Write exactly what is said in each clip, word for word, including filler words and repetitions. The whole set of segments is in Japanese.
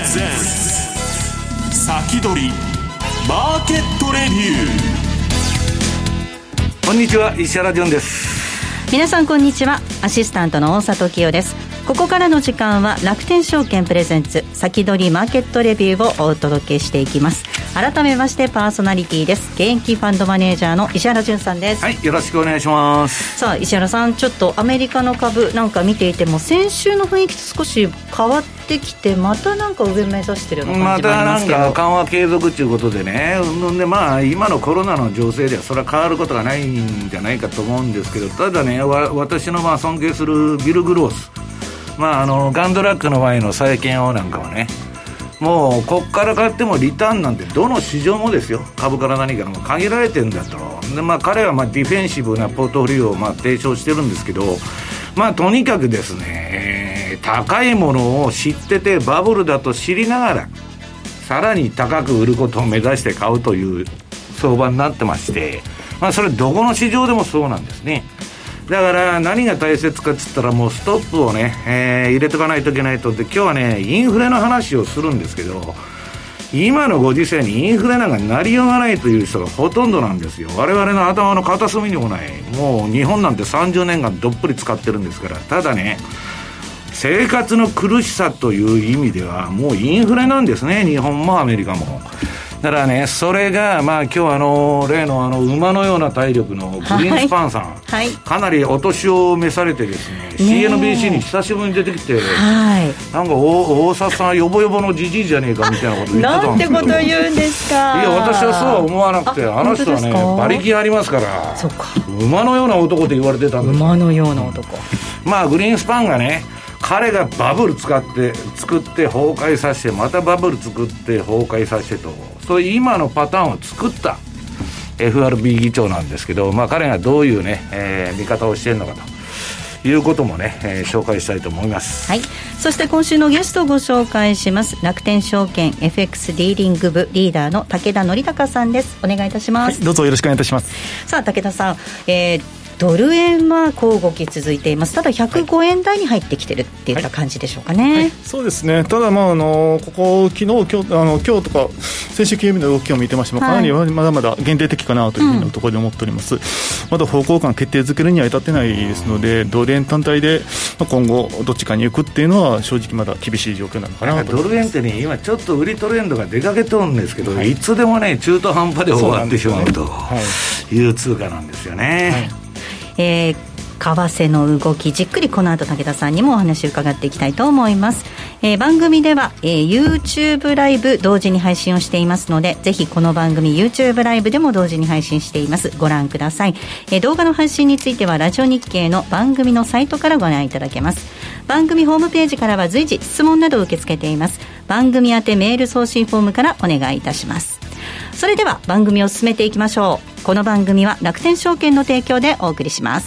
ゼンツ先取りマーケットレビュー。こんにちは、石原潤です。 皆さんこんにちは、アシスタントの大里清です。ここからの時間は楽天証券プレゼンツ先取りマーケットレビューをお届けしていきます。改めましてパーソナリティです。現役ファンドマネージャーの石原潤さんです。 はい、よろしくお願いします。 さあ石原さん、ちょっとアメリカの株なんか見ていても先週の雰囲気と少し変わってきて、またなんか上目指してるような感じもありますけど、 またなんか緩和継続ということでね、でまあ今のコロナの情勢ではそれは変わることがないんじゃないかと思うんですけど、ただね、わ私のまあ尊敬するビル・グロース、まあ、あのガンドラックの前の債券王なんかはね、もうこっから買ってもリターンなんてどの市場もですよ、株から何からも限られてるんだと。で、まあ、彼はまあディフェンシブなポートフォリオをまあ提唱してるんですけど、まあ、とにかくですね、えー、高いものを知っててバブルだと知りながらさらに高く売ることを目指して買うという相場になってまして、まあ、それどこの市場でもそうなんですね。だから何が大切かっつったら、もうストップをね、えー、入れとかないといけないと。で、今日はねインフレの話をするんですけど、今のご時世にインフレなんかなりようがないという人がほとんどなんですよ。我々の頭の片隅にもない。もう日本なんてさんじゅうねんかんどっぷり使ってるんですから。ただね、生活の苦しさという意味ではもうインフレなんですね、日本もアメリカも。だからね、それがまあ今日あの例のあの馬のような体力のグリーンスパンさん、はいはい、かなりお年を召されてですね、シーエヌビーシー に久しぶりに出てきて、はい、なんか大大沢さんヨボヨボのジジイじゃねえかみたいなこと言ってたんですけど、 なんてこと言うんですか。 いや、私はそうは思わなくて、 あ, あの人はね馬力ありますから。そうか、馬のような男と言われてたんです。 馬のような男、 まあグリーンスパンがね、彼がバブル使って作って崩壊させて、またバブル作って崩壊させてと、そういう今のパターンを作った エフアールビー 議長なんですけど、まあ彼がどういうね、えー、見方をしているのかということもね、えー、紹介したいと思います。 はい、そして今週のゲストをご紹介します。楽天証券 エフエックス ディーリング部リーダーの武田則孝さんです。お願いいたします。 はい、どうぞよろしくお願いいたします。 さあ武田さん、えードル円は小動き続いています。ただひゃくごえん台に入ってきてるっていった感じでしょうかね。はいはい、 そうですね。ただ、まあ、あのここ昨日今日あの今日とか先週金曜日の動きを見てましても、かなりまだまだ限定的かなというふうなところで思っております。うん、まだ方向感決定づけるには至ってないですので、ドル円単体で今後どっちかに行くっていうのは正直まだ厳しい状況なのかなと。 ドル円ってね、今ちょっと売りトレンドが出かけとるんですけど、はい、いつでもね中途半端で終わってしまうという通貨なんですよね。はい、 えー為替の動き、じっくりこの後武田さんにもお話を伺っていきたいと思います。えー、番組では、えー、YouTube ライブ同時に配信をしていますので、ぜひこの番組 YouTube ライブでも同時に配信しています。ご覧ください。えー、動画の配信についてはラジオ日経の番組のサイトからご覧いただけます。番組ホームページからは随時質問などを受け付けています。番組宛てメール送信フォームからお願いいたします。それでは番組を進めていきましょう。この番組は楽天証券の提供でお送りします。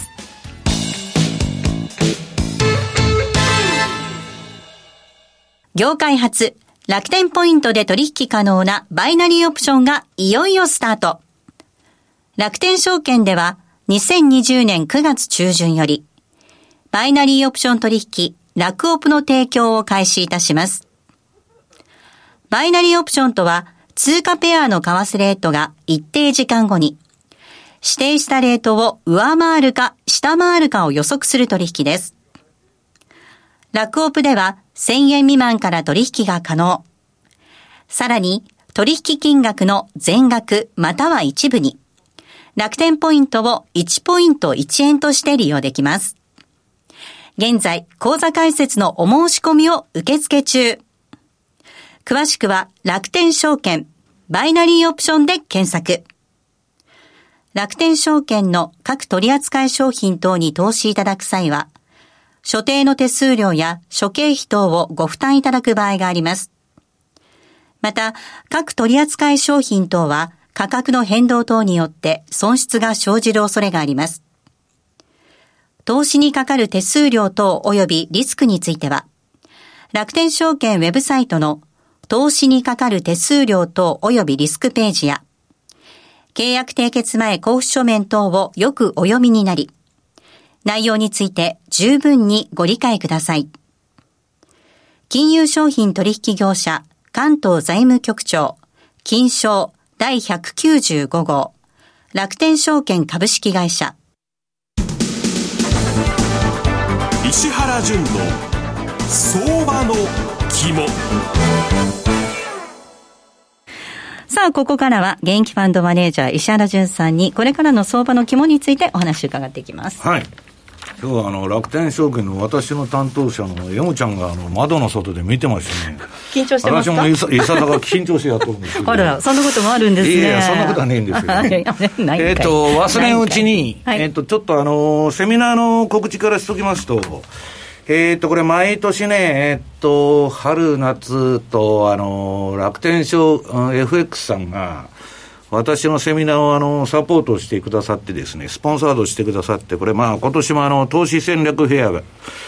業界初、楽天ポイントで取引可能なバイナリーオプションがいよいよスタート。楽天証券ではにせんにじゅうねんくがつ中旬より、バイナリーオプション取引、楽オプの提供を開始いたします。バイナリーオプションとは、通貨ペアの為替レートが一定時間後に、指定したレートを上回るか下回るかを予測する取引です。楽オプではせんえん未満から取引が可能。さらに取引金額の全額または一部に楽天ポイントをいちポイントいちえんとして利用できます。現在口座開設のお申し込みを受付中。詳しくは楽天証券バイナリーオプションで検索。楽天証券の各取扱い商品等に投資いただく際は所定の手数料や諸経費等をご負担いただく場合があります。また、各取扱い商品等は価格の変動等によって損失が生じる恐れがあります。投資にかかる手数料等及びリスクについては、楽天証券ウェブサイトの投資にかかる手数料等及びリスクページや、契約締結前交付書面等をよくお読みになり、内容について十分にご理解ください。金融商品取引業者関東財務局長、金商第ひゃくきゅうじゅうご号、楽天証券株式会社。 石原淳の相場の肝。 さあ、ここからは現役ファンドマネージャー石原淳さんにこれからの相場の肝についてお話を伺っていきます。 はい。今日はあの楽天証券の私の担当者のエモちゃんがあの窓の外で見てましたね。 緊張してますか？ 私もいさいささが緊張してやってるんですけど。 あら、そんなこともあるんですね。 いやいや、そんなことはねえんですけど、ね。えっと忘れんうちに、はい、えっとちょっとあのセミナーの告知からしときますと。えっと、これ毎年ね、えっと、春、夏と、あの、楽天証、エフエックス さんが、私のセミナーをあの、サポートしてくださってですね、スポンサードしてくださって、これまあ、今年もあの、投資戦略フェアが、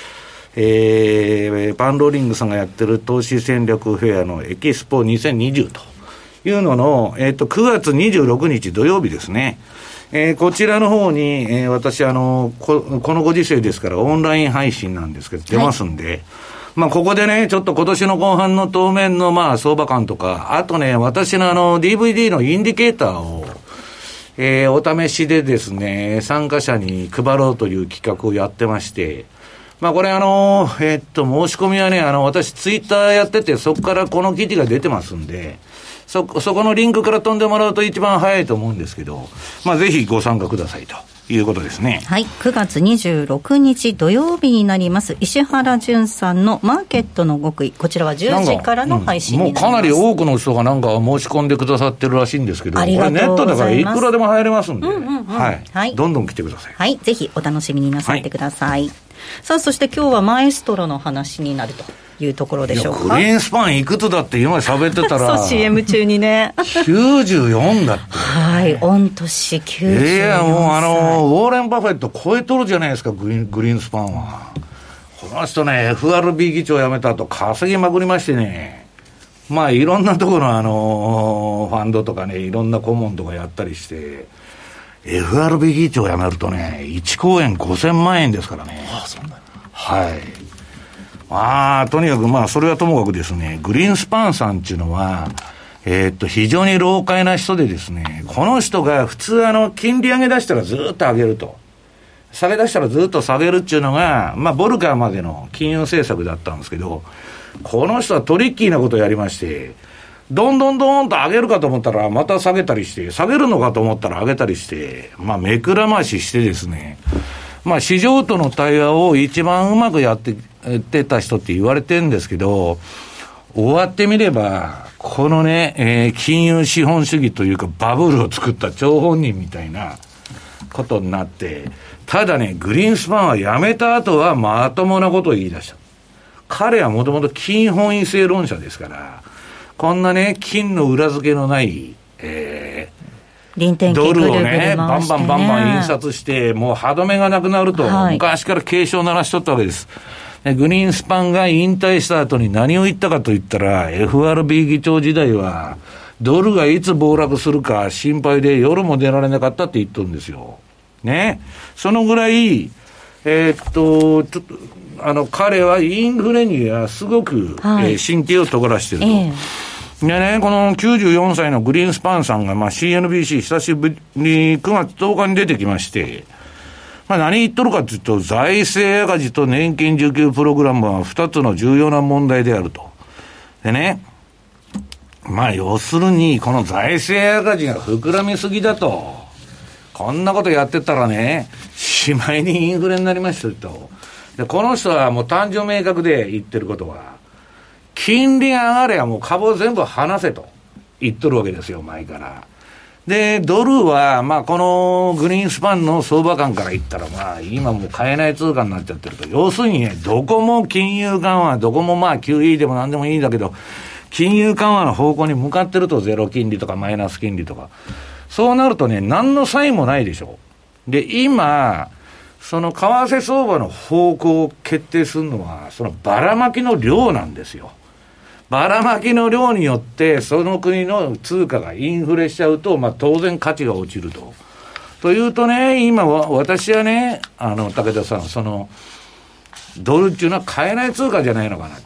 えー、パンローリングさんがやってる投資戦略フェアのエキスポにせんにじゅうというのの、えっと、くがつにじゅうろくにち土曜日ですね。えー、こちらの方に、えー、私あのこ、このご時世ですからオンライン配信なんですけど、出ますんで、はい、まあ、ここでね、ちょっと今年の後半の当面のまあ相場感とか、あとね、私のあの ディーブイディー のインディケーターを、えー、お試しでですね、参加者に配ろうという企画をやってまして、まあこれあの、えー、っと、申し込みはね、あの、私ツイッターやってて、そこからこの記事が出てますんで、そ、そこのリンクから飛んでもらうと一番早いと思うんですけど、まあぜひご参加くださいということですね。 はい。くがつにじゅうろくにち土曜日になります。石原淳さんのマーケットの極意。こちらはじゅうじからの配信になります。 うん、もうかなり多くの人がなんか申し込んでくださってるらしいんですけど、 ありがとうございます。 これネットだからいくらでも入れますんで、 うんうんうん、 はい、はい。どんどん来てください。 はい。ぜひお楽しみになさってください。はい、さあ、そして今日はマエストロの話になるというところでしょうか。 グリーンスパンいくつだって今喋ってたらそう シーエム 中にねきゅうじゅうよんだってはい、御年きゅうじゅうよんさい。 いや、もうあのウォーレン・バフェット超えとるじゃないですか、グリーン、グリーンスパンは。この人ね エフアールビー 議長辞めた後稼ぎまくりましてね、まあいろんなところのあのファンドとかね、いろんな顧問とかやったりして、エフアールビー 議長辞めるとねいち公演ごせんまんえんですからね。 ああ、そんな。 はい。まあとにかくまあそれはともかくですね、グリーンスパンさんっていうのはえー、っと非常に老快な人でですね、この人が普通あの金利上げ出したらずっと上げると、下げ出したらずっと下げるっていうのがまあボルカーまでの金融政策だったんですけど、この人はトリッキーなことをやりまして、どんどんどんと上げるかと思ったらまた下げたりして、下げるのかと思ったら上げたりして、まあ目くらまししてですね、まあ市場との対話を一番うまくやってってた人って言われてるんですけど、終わってみればこのね、えー、金融資本主義というかバブルを作った張本人みたいなことになって、ただねグリーンスパンは辞めた後はまともなことを言い出した。彼はもともと金本位制論者ですから、こんなね金の裏付けのない、えー、ドルをねバンバンバンバン印刷してもう歯止めがなくなると、はい、昔から警鐘を鳴らしとったわけです。グリーンスパンが引退した後に何を言ったかと言ったら、 エフアールビー 議長時代はドルがいつ暴落するか心配で夜も出られなかったって言っとるんですよね。そのぐらいえー、っとちょっとあの彼はインフレにはすごく、はい、えー、神経を尖らしてると、えー、でね、このきゅうじゅうよんさいのグリーンスパンさんが、まあ、シーエヌビーシー 久しぶりにくがつとおかに出てきまして、まあ、何言っとるかというと、財政赤字と年金受給プログラムはふたつの重要な問題であると。でね、まあ要するにこの財政赤字が膨らみすぎだと、こんなことやってたらねしまいにインフレになりましたと。でこの人はもう単純明確で言ってることは、金利上がればもう株を全部離せと言っとるわけですよ、前から。でドルはまあこのグリーンスパンの相場感から言ったら、まあ今もう買えない通貨になっちゃってると。要するにね、どこも金融緩和、どこもまあ キューイー でも何でもいいんだけど、金融緩和の方向に向かってると、ゼロ金利とかマイナス金利とか、そうなるとね何の差異もないでしょ。で今その為替相場の方向を決定するのはそのばらまきの量なんですよ。ばらまきの量によってその国の通貨がインフレしちゃうと、まあ、当然価値が落ちると。というとね、今は私はね、あの武田さん、そのドルっていうのは買えない通貨じゃないのかなと。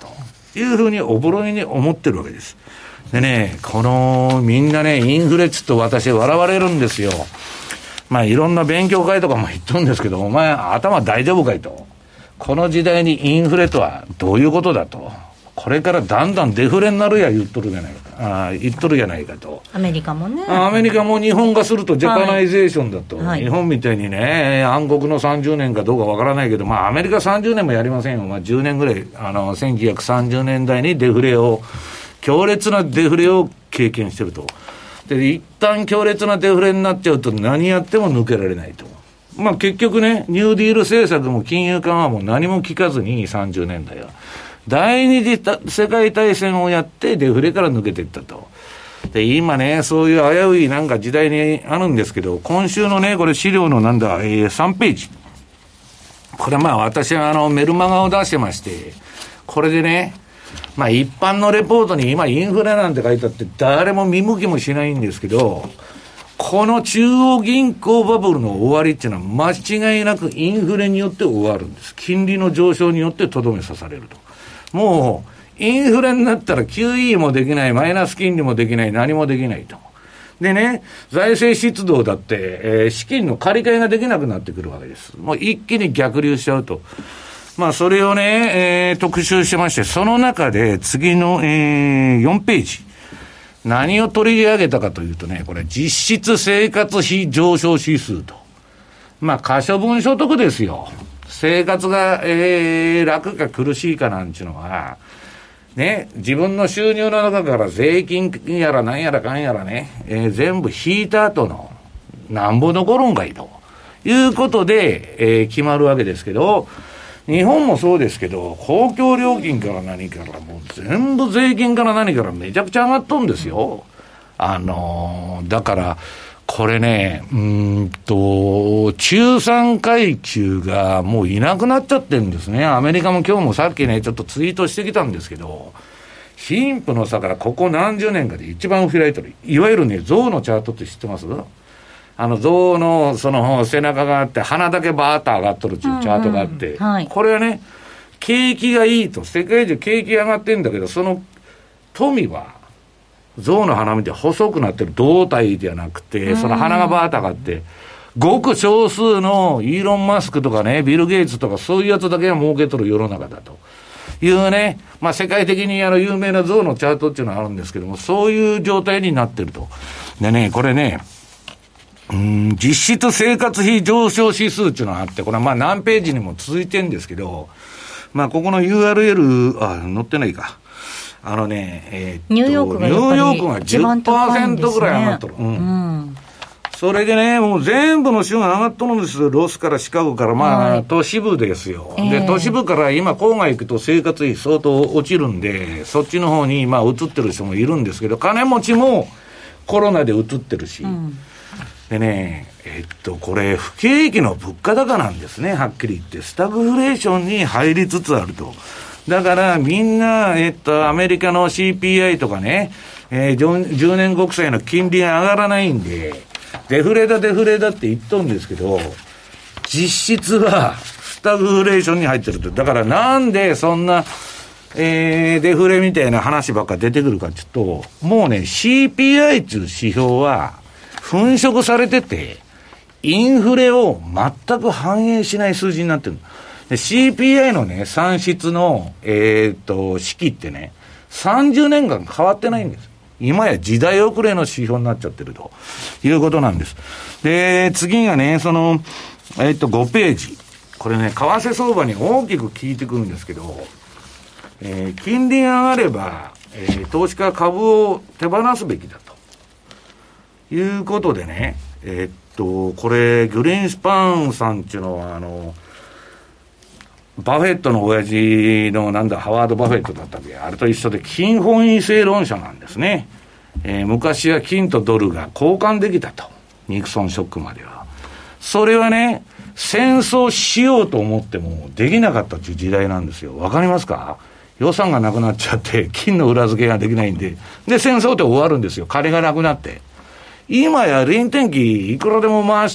いうふうにおぼろげに思ってるわけです。でね、このみんなね、インフレっつって私笑われるんですよ。まあいろんな勉強会とかも言っとるんですけど、お前頭大丈夫かいと。この時代にインフレとはどういうことだと。これからだんだんデフレになるや言っとるじゃないか。あ言っとるじゃないかと。 アメリカもね。 アメリカも日本化するとジャパナイゼーションだと。はい、日本みたいにね、暗黒のさんじゅうねんかどうかわからないけど、まあアメリカさんじゅうねんもやりませんよ。まあじゅうねんぐらい、あの、せんきゅうひゃくさんじゅうねんだいにデフレを、強烈なデフレを経験してると。で、一旦強烈なデフレになっちゃうと何やっても抜けられないと。まあ結局ね、ニューディール政策も金融緩和も何も効かずにさんじゅうねんだいは。第二次世界大戦をやってデフレから抜けていったと。で、今ね、そういう危ういなんか時代にあるんですけど、今週のね、これ資料のなんだ、えー、さんページ。これまあ私はあのメルマガを出してまして、これでね、まあ一般のレポートに今インフレなんて書いてあって誰も見向きもしないんですけど、この中央銀行バブルの終わりっていうのは間違いなくインフレによって終わるんです。金利の上昇によってとどめ刺されると。もうインフレになったら キューイー もできない、マイナス金利もできない、何もできないと。でね、財政出動だって、えー、資金の借り換えができなくなってくるわけです。もう一気に逆流しちゃうと。まあそれをね、えー、特集してまして、その中で次の、えー、よんページ。何を取り上げたかというとね、これ実質生活費上昇指数と。まあ可処分所得ですよ。生活が、えー、楽か苦しいかなんていうのは、ね、自分の収入の中から税金やら何やらかんやらね、えー、全部引いた後のなんぼ残るんかいということで、えー、決まるわけですけど、日本もそうですけど、公共料金から何からもう全部税金から何からめちゃくちゃ上がっとるんですよ。あのー、だからこれね、うーんと中産階級がもういなくなっちゃってるんですね。アメリカも今日もさっきねちょっとツイートしてきたんですけど、貧富の差からここ何十年かで一番開いてる、いわゆるね象のチャートって知ってます？あの象のその背中があって鼻だけバーッと上がっとるっていうチャートがあって、うんうんはい、これはね景気がいいと、世界中景気上がってるんだけど、その富は象の鼻見て細くなってる胴体ではなくて、その鼻がバーッと上がって、ごく少数のイーロン・マスクとかね、ビル・ゲイツとかそういうやつだけが儲けとる世の中だというね、まあ世界的にあの有名な象のチャートっていうのがあるんですけども、そういう状態になってると。でね、これね、うーん、実質生活費上昇指数っていうのがあって、これはまあ何ページにも続いてるんですけど、まあここの ユーアールエル、あ、載ってないか。あのね、えー、っと、ニューヨークがやっぱりニューヨークが じゅっパーセント ぐらい上がっとる。うん。うん、それでね、もう全部の州が上がっとるんですよ。ロスからシカゴから、まあ、はい、都市部ですよ。えー、で、都市部から今郊外行くと生活費相当落ちるんで、そっちの方にまあ移ってる人もいるんですけど、金持ちもコロナで移ってるし、うん、でね、えっと、これ、不景気の物価高なんですね、はっきり言って。スタグフレーションに入りつつあると。だから、みんな、えっと、アメリカの シーピーアイ とかね、えー、じゅうねん国債の金利が上がらないんで、デフレだ、デフレだって言っとるんですけど、実質は、スタグフレーションに入ってると。だから、なんでそんな、えー、デフレみたいな話ばっか出てくるかちょっと、もうね、シーピーアイ っていう指標は、粉飾されてて、インフレを全く反映しない数字になってる。で シーピーアイ のね、算出の、えー、っと、式ってね、さんじゅうねんかん変わってないんです。今や時代遅れの指標になっちゃってるということなんです。で、次がね、その、えー、っと、ごページ。これね、為替相場に大きく効いてくるんですけど、えー、金利が上がれば、えー、投資家は株を手放すべきだということでね、えー、っと、これ、グリーンスパンさんっていうのは、あの、バフェットの親父のなんだ、ハワード・バフェットだったっけ、あれと一緒で金本位制論者なんですね。えー、昔は金とドルが交換できたと。ニクソンショックまでは。それはね、戦争しようと思ってもできなかったという時代なんですよ。わかりますか？予算がなくなっちゃって、金の裏付けができないんで。で、戦争って終わるんですよ。金がなくなって。今や臨転機いくらでも回して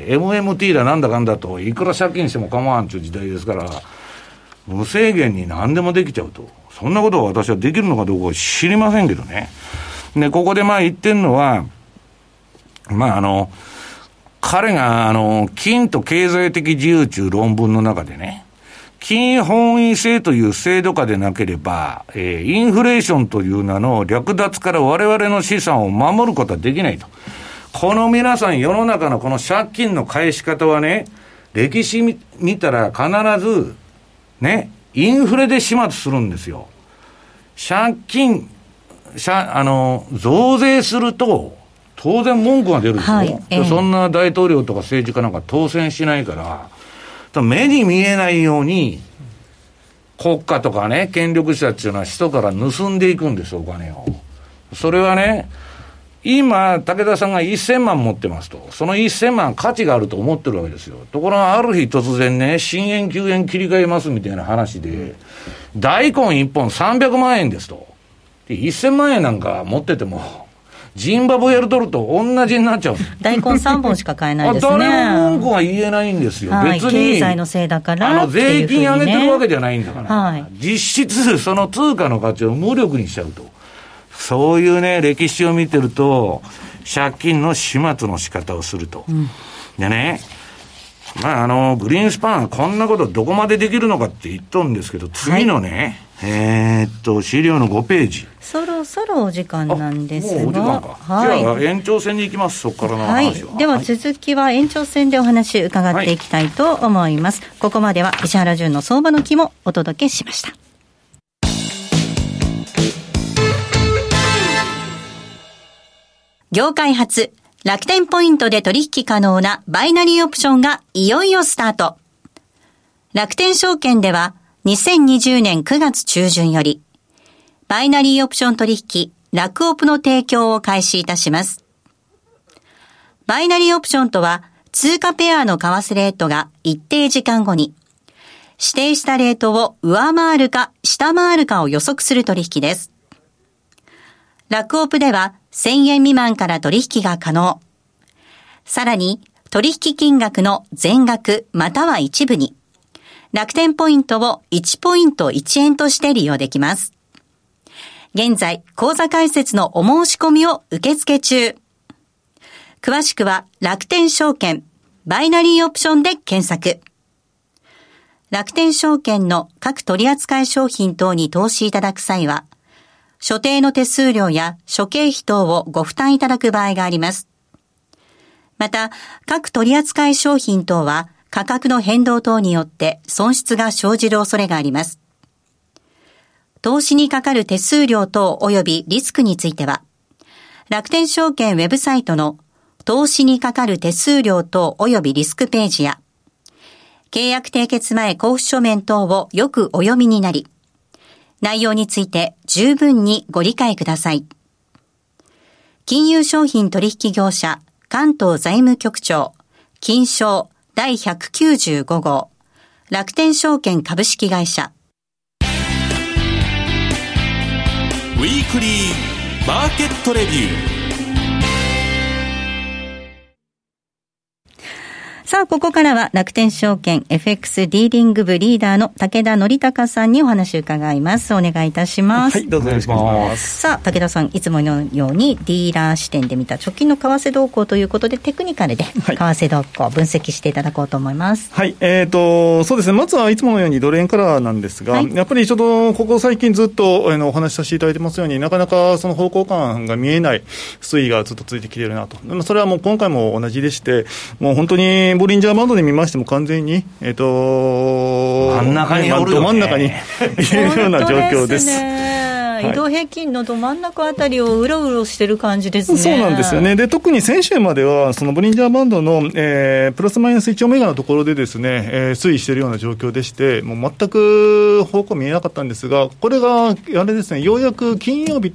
エムエムティー だなんだかんだといくら借金しても構わんという時代ですから、無制限に何でもできちゃうと。 そんなことは私はできるのかどうか知りませんけどね。で、ここでまあ言ってるのは、まああの、彼があの、金と経済的自由という論文の中でね、金本位制という制度下でなければ、えー、インフレーションという名の略奪から我々の資産を守ることはできないと。この皆さん世の中のこの借金の返し方はね、歴史見、見たら必ず、ね、インフレで始末するんですよ。借金、借、あの、増税すると、当然文句が出るでしょ、はいえー、そんな大統領とか政治家なんか当選しないから、目に見えないように国家とかね権力者っていうのは人から盗んでいくんですお金を。それはね今武田さんがせんまん持ってますと、そのせんまん価値があると思ってるわけですよ。ところがある日突然ね新円旧円切り替えますみたいな話で大根いっぽんさんびゃくまんえんですと。でせんまんえんなんか持っててもジンバブエルドルと同じになっちゃう。 大根さんぼんしか買えないですね。 誰も文句は言えないんですよ、 はい、 別に経済のせいだからあの税金上げてるわけじゃないんだから、 はい、 実質その通貨の価値を無力にしちゃうと。そういうね歴史を見てると借金の始末の仕方をすると、うん、でねまああのグリーンスパンはこんなことどこまでできるのかって言っとるんですけど、次のね、はい、えー、っと資料のごページ、 そろそろお時間なんですが、 もうお時間か、はい、じゃあ延長戦に行きます。そこからの話は、 はい、では続きは延長戦でお話伺っていきたいと思います、はい、ここまでは石原潤の相場の木もお届けしました。業界初楽天ポイントで取引可能なバイナリーオプションがいよいよスタート。楽天証券ではにせんにじゅうねんくがつ中旬よりバイナリーオプション取引楽オプの提供を開始いたします。バイナリーオプションとは通貨ペアの為替レートが一定時間後に指定したレートを上回るか下回るかを予測する取引です。楽オプではせんえん未満から取引が可能。さらに取引金額の全額または一部に楽天ポイントをいちポイントいちえんとして利用できます。現在口座開設のお申し込みを受付中。詳しくは楽天証券バイナリーオプションで検索。楽天証券の各取扱い商品等に投資いただく際は所定の手数料や諸経費等をご負担いただく場合があります。また、各取扱い商品等は価格の変動等によって損失が生じる恐れがあります。投資にかかる手数料等及びリスクについては、楽天証券ウェブサイトの投資にかかる手数料等及びリスクページや、契約締結前交付書面等をよくお読みになり、内容について十分にご理解ください。金融商品取引業者関東財務局長金商だいひゃくきゅうじゅうご号楽天証券株式会社。 ウィークリーマーケットレビュー。 さあ、ここからは楽天証券 エフエックス ディーリング部リーダーの武田則孝さんにお話を伺います。お願いいたします。 はい、どうぞよろしくお願いします。 さあ、武田さん、いつものようにディーラー視点で見た直近の為替動向ということで、テクニカルで為替動向を分析していただこうと思います。 はい、えーと、そうですね、まずはいつものようにドル円からなんですが、はい、やっぱりちょっとここ最近ずっとあのお話しさせていただいてますように、なかなかその方向感が見えない推移がずっと続いてきているなと。それはもう今回も同じでして、もう本当にボリンジャーバンドで見ましても完全に、えー、と真ん中におるよね、 ど真ん中にいるような状況です。 移動平均のど真ん中あたりをうろうろしてる感じですね。 そうなんですよね。で、特に先週まではそのボリンジャーバンドの、えー、プラスマイナスいちオメガのところでですね、えー、推移しているような状況でして、もう全く方向見えなかったんですが、これがあれですね、ようやく金曜日とあと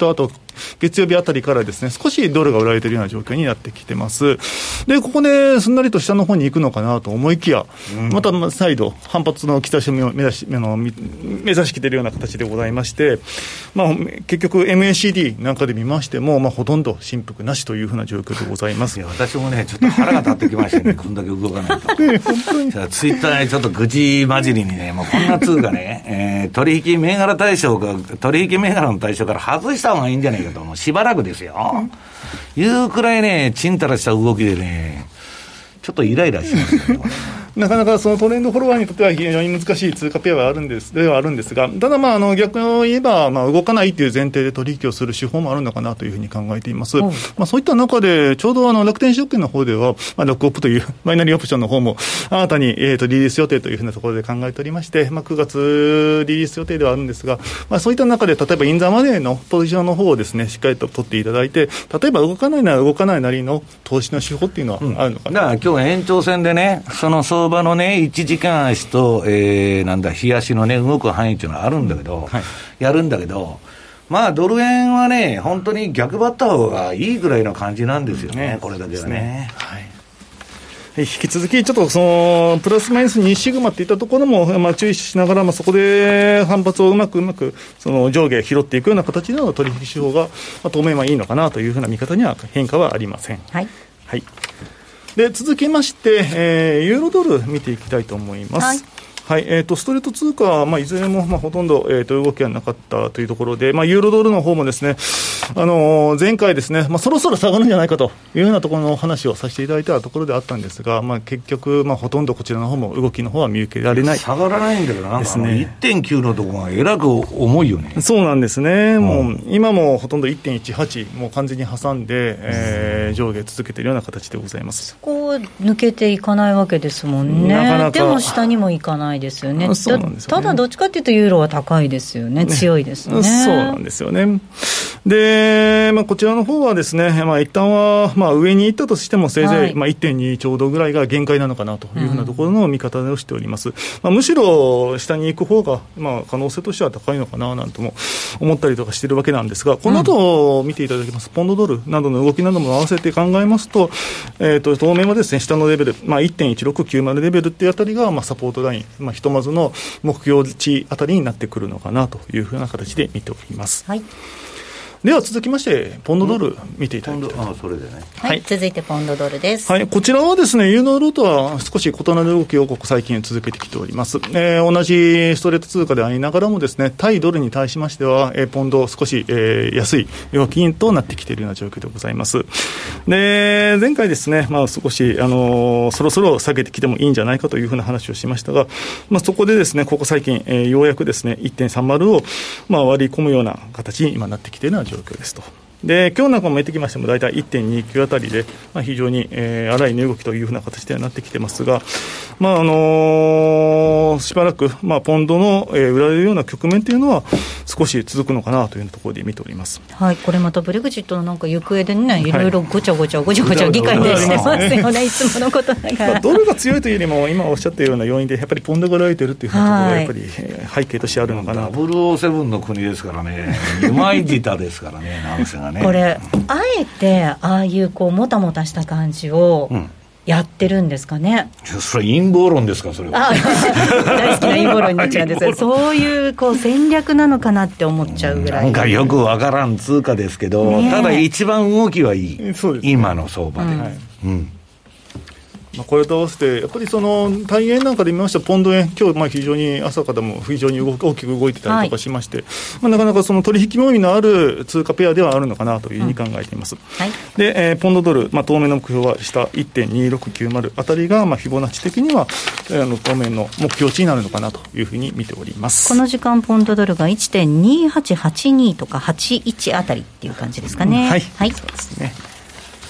月曜日あたりからですね、少しドルが売られているような状況になってきてます。で、ここですんなりと下の方に行くのかなと思いきや、うん、また再度反発の兆しを目指し、目指しきているような形でございまして、まあ、結局 エムエーシーディー なんかで見ましても、まあ、ほとんど振幅なしというふうな状況でございます。 いや、私もね、ちょっと腹が立ってきましたねこんだけ動かないとツイッターにちょっと愚痴混じりにね、もうこんな通貨ね、えー、取引銘柄対象が取引銘柄の対象から外した方がいいんじゃないかと、もうしばらくですよ、うん、いうくらいね、ちんたらした動きでね、ちょっとイライラしますねなかなかそのトレンドフォロワーにとっては非常に難しい通貨ペアはあるんですではあるんですが、ただ、まあ、あの逆を言えば、まあ、動かないという前提で取引をする手法もあるのかなというふうに考えています、うん、まあ、そういった中でちょうどあの楽天証券の方では、まあ、ロックオプというバイナリーオプションの方も新たに、えー、とリリース予定というふうなところで考えておりまして、まあ、くがつリリース予定ではあるんですが、まあ、そういった中で例えばインザマネーのポジションの方をですね、しっかりと取っていただいて、例えば動かないなら動かないなりの投資の手法っていうのはあるのかな、 うん、だから今日延長戦でね、その相場のねいちじかん足と、えー、なんだ日足のね動く範囲っていうのはあるんだけど、はい、やるんだけど、まあドル円はね本当に逆張った方がいいぐらいの感じなんですよね、これだけはね。はい、 引き続きちょっとそのプラスマイナスにシグマっていったところも、まあ、注意しながら、まあ、そこで反発をうまくうまくその上下拾っていくような形での取引手法が、まあ、当面はいいのかなというふうな見方には変化はありません。はい、はい、で続きまして、えー、ユーロドル見ていきたいと思います。はいはい、えー、とストレート通貨は、まあ、いずれも、まあ、ほとんど、えー、と動きはなかったというところで、まあ、ユーロドルの方もですね、あのー、前回ですね、まあ、そろそろ下がるんじゃないかというようなところの話をさせていただいたところであったんですが、まあ、結局、まあ、ほとんどこちらの方も動きの方は見受けられない、 下がらないんだけどな、ですね、いってんきゅう のところがえらく重いよね。 そうなんですね、うん、もう今もほとんど いってんいちはち もう完全に挟んで、えー、上下続けているような形でございます。 そこを抜けていかないわけですもんね。なかなかでも下にもいかないですよね。そうなんですよね。ただどっちかというとユーロは高いですよね、強いですね。 そうなんですよね。で、まあ、こちらの方はですね、まあ、一旦はまあ上に行ったとしてもせいぜい、はい、まあ、いってんに ちょうどぐらいが限界なのかなというふうなところの見方をしております、うん、まあ、むしろ下に行く方がまあ可能性としては高いのかななんとも思ったりとかしているわけなんですが、この後見ていただきます、ポンドドルなどの動きなども合わせて考えますと、えー、と当面はですね、下のレベル、まあ、いってんいちろくきゅうまる レベルっていうあたりがまあサポートライン、まあ、ひとまずの目標値あたりになってくるのかなというふうな形で見ております。はい、では続きましてポンドドル見ていただきたいと、 あ、それでね、 はい、はい、続いてポンドドルです。 はい、こちらはですね、ユーロドルとは少し異なる動きをここ最近続けてきております。えー、同じストレート通貨でありながらもですね、対ドルに対しましては、えー、ポンド少し、えー、安い動きとなってきているような状況でございます。で、前回ですね、まあ、少し、あのー、そろそろ下げてきてもいいんじゃないかというふうな話をしましたが、まあ、そこでですね、ここ最近、えー、ようやくですね いってんさんまる を、まあ、割り込むような形に今なってきているような状況ですと。で、今日なんかも見てきましても大体 いってんにきゅう あたりで、まあ、非常に、えー、荒い値動きというふうな形ではなってきてますが、まああのー、しばらく、まあ、ポンドの、えー、売られるような局面というのは少し続くのかなというところで見ております。 はい、これまたブレグジットのなんか行方でね、いろいろごちゃごちゃごちゃごちゃ議会でしてますよね、いつものことながら、まあ、 ドルが強いというよりも今おっしゃったような要因でやっぱりポンドが売られているというふうなところがやっぱり、はい、背景としてあるのかなと。 ダブルオーセブンの国ですからね、うまい舌ですからねなんせがね、 これあえてああいうこうもたもたした感じをやってるんですかね、 うん、それ陰謀論ですか、それは。 大好きな陰謀論になっちゃうんですがそういうこう戦略なのかなって思っちゃうぐらい、 なんかよくわからん通貨ですけど、ね、ただ一番動きはいい、そうですね、今の相場で、うん、はい、うん、 まあ、これと合わせてやっぱりその対円なんかで見ましたポンド円、今日まあ非常に朝からも非常に動大きく動いてたりとかしまして、はい、まあ、なかなかその取引妙味のある通貨ペアではあるのかなというふうに考えています、うん、はい、で、えー、ポンドドル、まあ、当面の目標は下 いってんにろくきゅうまる あたりが、まあ、フィボナッチ的には、えー、あの当面の目標値になるのかなというふうに見ております。 この時間ポンドドルが いってんにはちはちに とかはちじゅういちあたりっていう感じですかね、 うん、はい、はい、そうですね。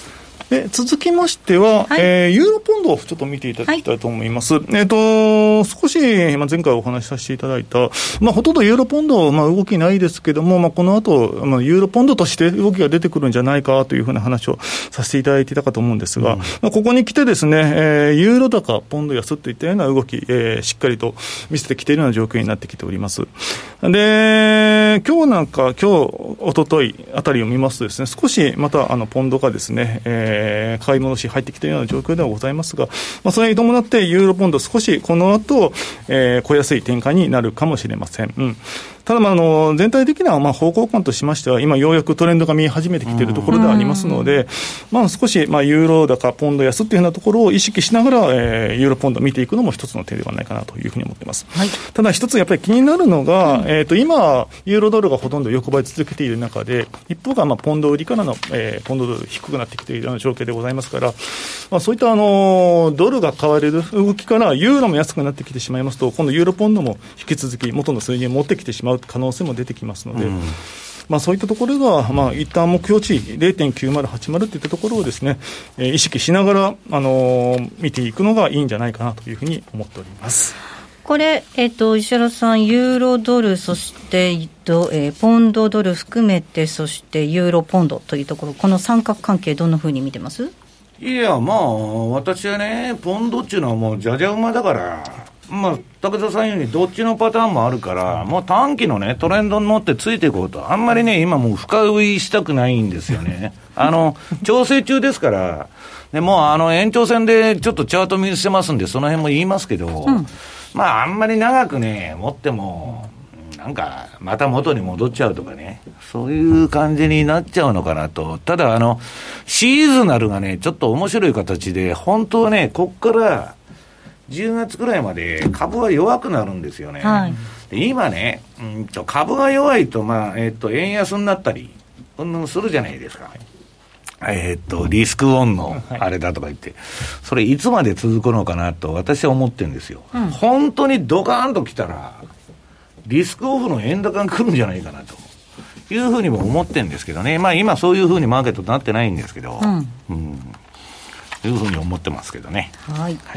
で続きましては、はい、えー、ユーロポンドをちょっと見ていただきたいと思います、はい、えー、と少し、まあ、前回お話しさせていただいた、まあ、ほとんどユーロポンド、まあ、動きないですけども、まあ、この後、まあ、ユーロポンドとして動きが出てくるんじゃないかというふうな話をさせていただいていたかと思うんですが、うん、まあ、ここに来てですね、えー、ユーロ高ポンド安といったような動き、えー、しっかりと見せてきているような状況になってきております。で、今日なんか今日おとといあたりを見ますとですね、少しまたあのポンドがですね、えー、買い戻し入ってきているような状況ではございますが、まあ、それに伴ってユーロポンド少しこの後、えー、小安い展開になるかもしれません。うん、ただ、まあ、あの全体的なまあ方向感としましては今ようやくトレンドが見え始めてきているところではありますので、まあ、少しまあユーロ高ポンド安というようなところを意識しながら、えー、ユーロポンドを見ていくのも一つの手ではないかなというふうに思っています、はい、ただ一つやっぱり気になるのが、うん、えー、と今ユーロドルがほとんど横ばい続けている中で一方がまあポンド売りからの、えー、ポンドドル低くなってきているような状況でございますから、まあ、そういったあのドルが買われる動きからユーロも安くなってきてしまいますと今度ユーロポンドも引き続き元の水準に持ってきてしまう可能性も出てきますので、うん、まあ、そういったところが、まあ、一旦目標値 ゼロてんきゅうまるはちまる といったところをですね、えー、意識しながら、あのー、見ていくのがいいんじゃないかなというふうに思っております。 これ、えー、と石原さん、ユーロドル、そして、えー、ポンドドル含めて、そしてユーロポンドというところ、この三角関係どんなふうに見てます？ いや、まあ私はね、ポンドっていうのはもうじゃじゃ馬だから、まあ、武田さん言うようにどっちのパターンもあるから、もう短期のねトレンドに乗ってついていこうと、あんまりね今もう深追いしたくないんですよねあの調整中ですから、でもうあの延長戦でちょっとチャート見せますんでその辺も言いますけど、うん、まああんまり長くね持ってもなんかまた元に戻っちゃうとかね、そういう感じになっちゃうのかなと。ただあのシーズナルがねちょっと面白い形で、本当はねこっからじゅうがつくらいまで株は弱くなるんですよね、はい、で今ね、うんと株が弱いと、まあえー、と円安になったりうんするじゃないですか、はい、えー、とリスクオンのあれだとか言って、はい、それいつまで続くのかなと私は思ってるんですよ、うん、本当にドカーンと来たらリスクオフの円高が来るんじゃないかなというふうにも思ってるんですけどね、まあ今そういうふうにマーケットになってないんですけど、うんうん、というふうに思ってますけどね。 はい、はい、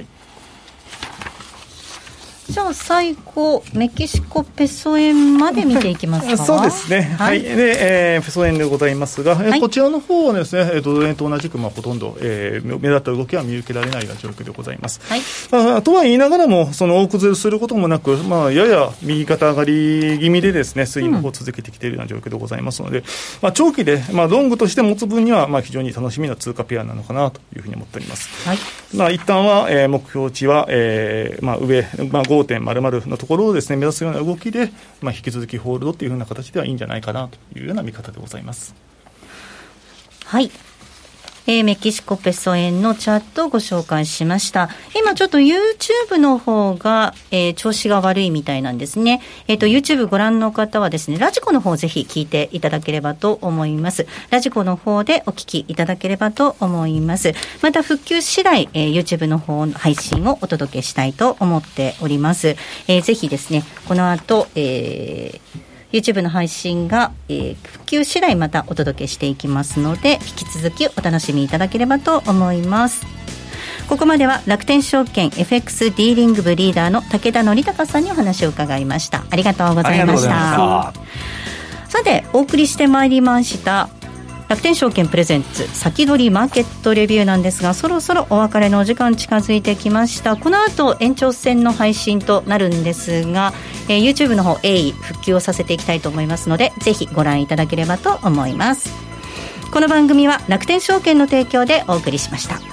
じゃあ最後メキシコペソ円まで見ていきますか。 そうですね、はい、はい、で、えー、ペソ円でございますが、はい、こちらの方はですねドル円と同じく、まあ、ほとんど、えー、目立った動きは見受けられないような状況でございます、はい、まあ、とは言いながらもその大崩れすることもなく、まあ、やや右肩上がり気味でですね推移の方を続けてきているような状況でございますので、うん、まあ、長期で、まあ、ロングとして持つ分には、まあ、非常に楽しみな通貨ペアなのかなというふうに思っております、はい、まあ、一旦は、えー、目標値は、えーまあ、上、まあ、ごてんまるまるのところをですね目指すような動きで、まあ、引き続きホールドというふうな形ではいいんじゃないかなというような見方でございます。 はい、えー、メキシコペソ円のチャートをご紹介しました。今ちょっと YouTube の方が、えー、調子が悪いみたいなんですね。えっと YouTube ご覧の方はですねラジコの方ぜひ聞いていただければと思います。ラジコの方でお聞きいただければと思います。また復旧次第、えー、YouTube の方の配信をお届けしたいと思っております。えー、ぜひですねこの後、えーYouTube の配信が、えー、復旧次第またお届けしていきますので引き続きお楽しみいただければと思います。ここまでは楽天証券 エフエックス ディーリング部リーダーの武田則孝さんにお話を伺いました。ありがとうございました。さてお送りしてまいりました楽天証券プレゼンツ先取りマーケットレビューなんですが、そろそろお別れのお時間近づいてきました。この後延長戦の配信となるんですが、えー、YouTube の方鋭意復旧をさせていきたいと思いますのでぜひご覧いただければと思います。この番組は楽天証券の提供でお送りしました。